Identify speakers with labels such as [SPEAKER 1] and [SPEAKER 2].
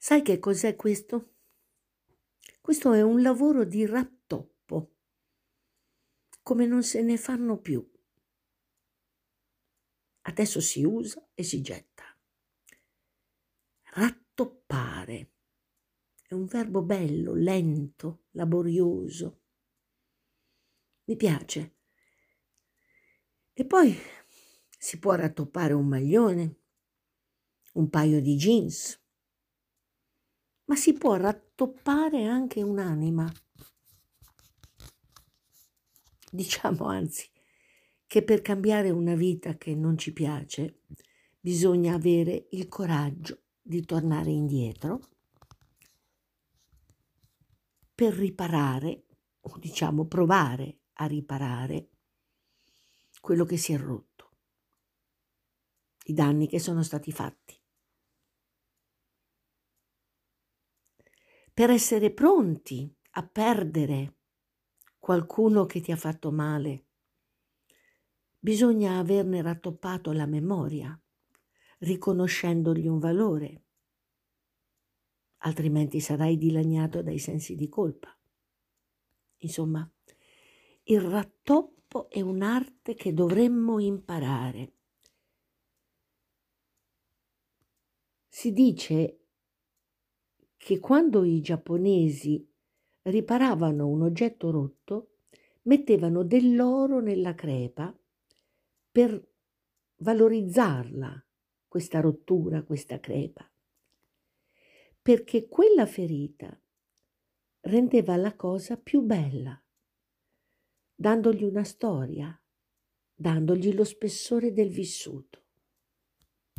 [SPEAKER 1] Sai che cos'è questo? Questo è un lavoro di rattoppo, come non se ne fanno più. Adesso si usa e si getta. Rattoppare è un verbo bello, lento, laborioso. Mi piace. E poi si può rattoppare un maglione, un paio di jeans, ma si può rattoppare anche un'anima. Diciamo anzi che per cambiare una vita che non ci piace bisogna avere il coraggio di tornare indietro per riparare, o diciamo provare a riparare quello che si è rotto, i danni che sono stati fatti. Per essere pronti a perdere qualcuno che ti ha fatto male, bisogna averne rattoppato la memoria, riconoscendogli un valore, altrimenti sarai dilaniato dai sensi di colpa. Insomma, il rattoppo è un'arte che dovremmo imparare. Si dice che quando i giapponesi riparavano un oggetto rotto, mettevano dell'oro nella crepa per valorizzarla, questa rottura, questa crepa, perché quella ferita rendeva la cosa più bella, dandogli una storia, dandogli lo spessore del vissuto.